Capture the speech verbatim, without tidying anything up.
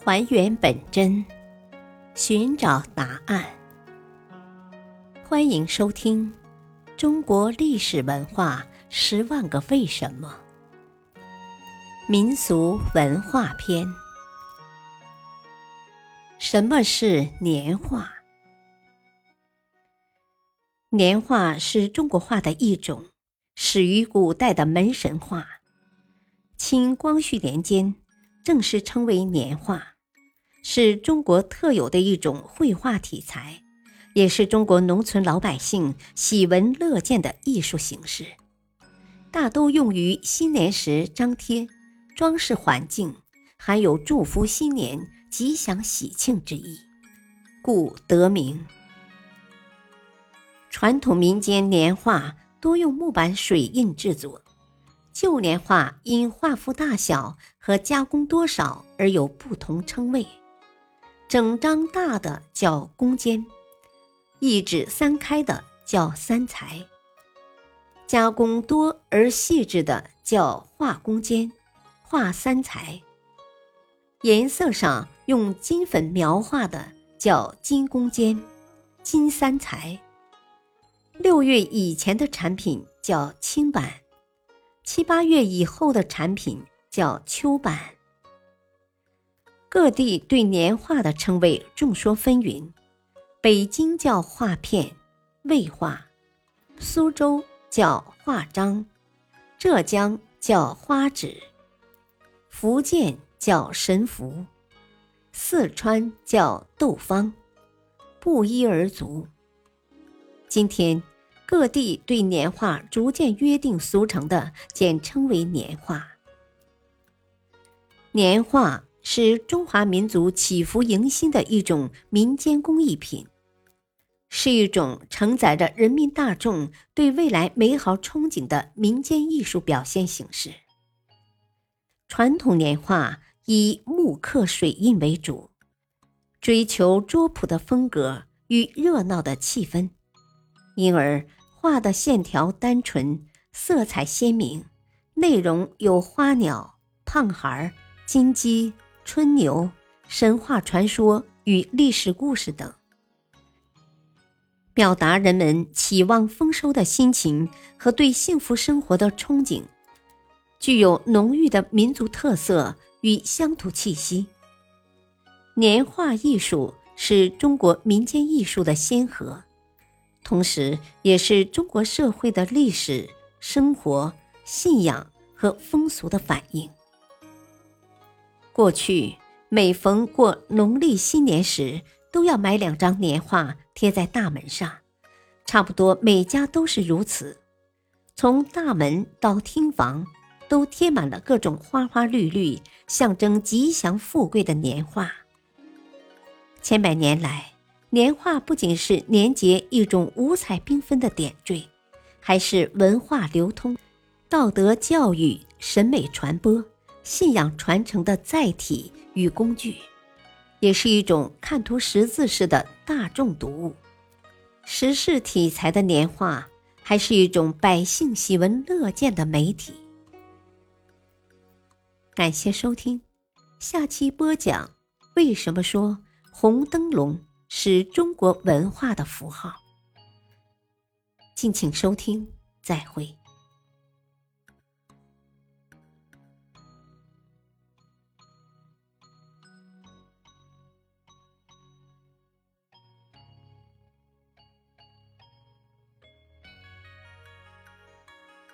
还原本真，寻找答案。欢迎收听《中国历史文化十万个为什么》民俗文化篇。什么是年画？年画是中国画的一种，始于古代的门神画。清光绪年间正式称为年画，是中国特有的一种绘画题材，也是中国农村老百姓喜闻乐见的艺术形式，大都用于新年时张贴，装饰环境，含有祝福新年、吉祥喜庆之意，故得名。传统民间年画多用木板水印制作，旧年画因画幅大小和加工多少而有不同称谓。整张大的叫工间，一指三开的叫三才，加工多而细致的叫画工间、画三才，颜色上用金粉描画的叫金工间、金三才。六月以前的产品叫青版，七八月以后的产品叫秋版。各地对年画的称谓众说纷纭，北京叫画片、魏画，苏州叫画章，浙江叫花纸，福建叫神符，四川叫斗方，不一而足。今天各地对年画逐渐约定俗成的简称为年画。年画是中华民族祈福迎新的一种民间工艺品，是一种承载着人民大众对未来美好憧憬的民间艺术表现形式。传统年画以木刻水印为主，追求拙朴的风格与热闹的气氛，因而画的线条单纯，色彩鲜明，内容有花鸟、胖孩、金鸡、春牛、神话传说与历史故事等，表达人们期望丰收的心情和对幸福生活的憧憬，具有浓郁的民族特色与乡土气息。年画艺术是中国民间艺术的先河，同时也是中国社会的历史、生活、信仰和风俗的反映。过去每逢过农历新年时，都要买两张年画贴在大门上，差不多每家都是如此。从大门到厅房都贴满了各种花花绿绿，象征吉祥富贵的年画。千百年来，年画不仅是年节一种五彩缤纷的点缀，还是文化流通、道德教育、审美传播、信仰传承的载体与工具，也是一种看图识字式的大众读物。时事题材的年画，还是一种百姓喜闻乐见的媒体。感谢收听，下期播讲为什么说红灯笼是中国文化的符号。敬请收听，再会。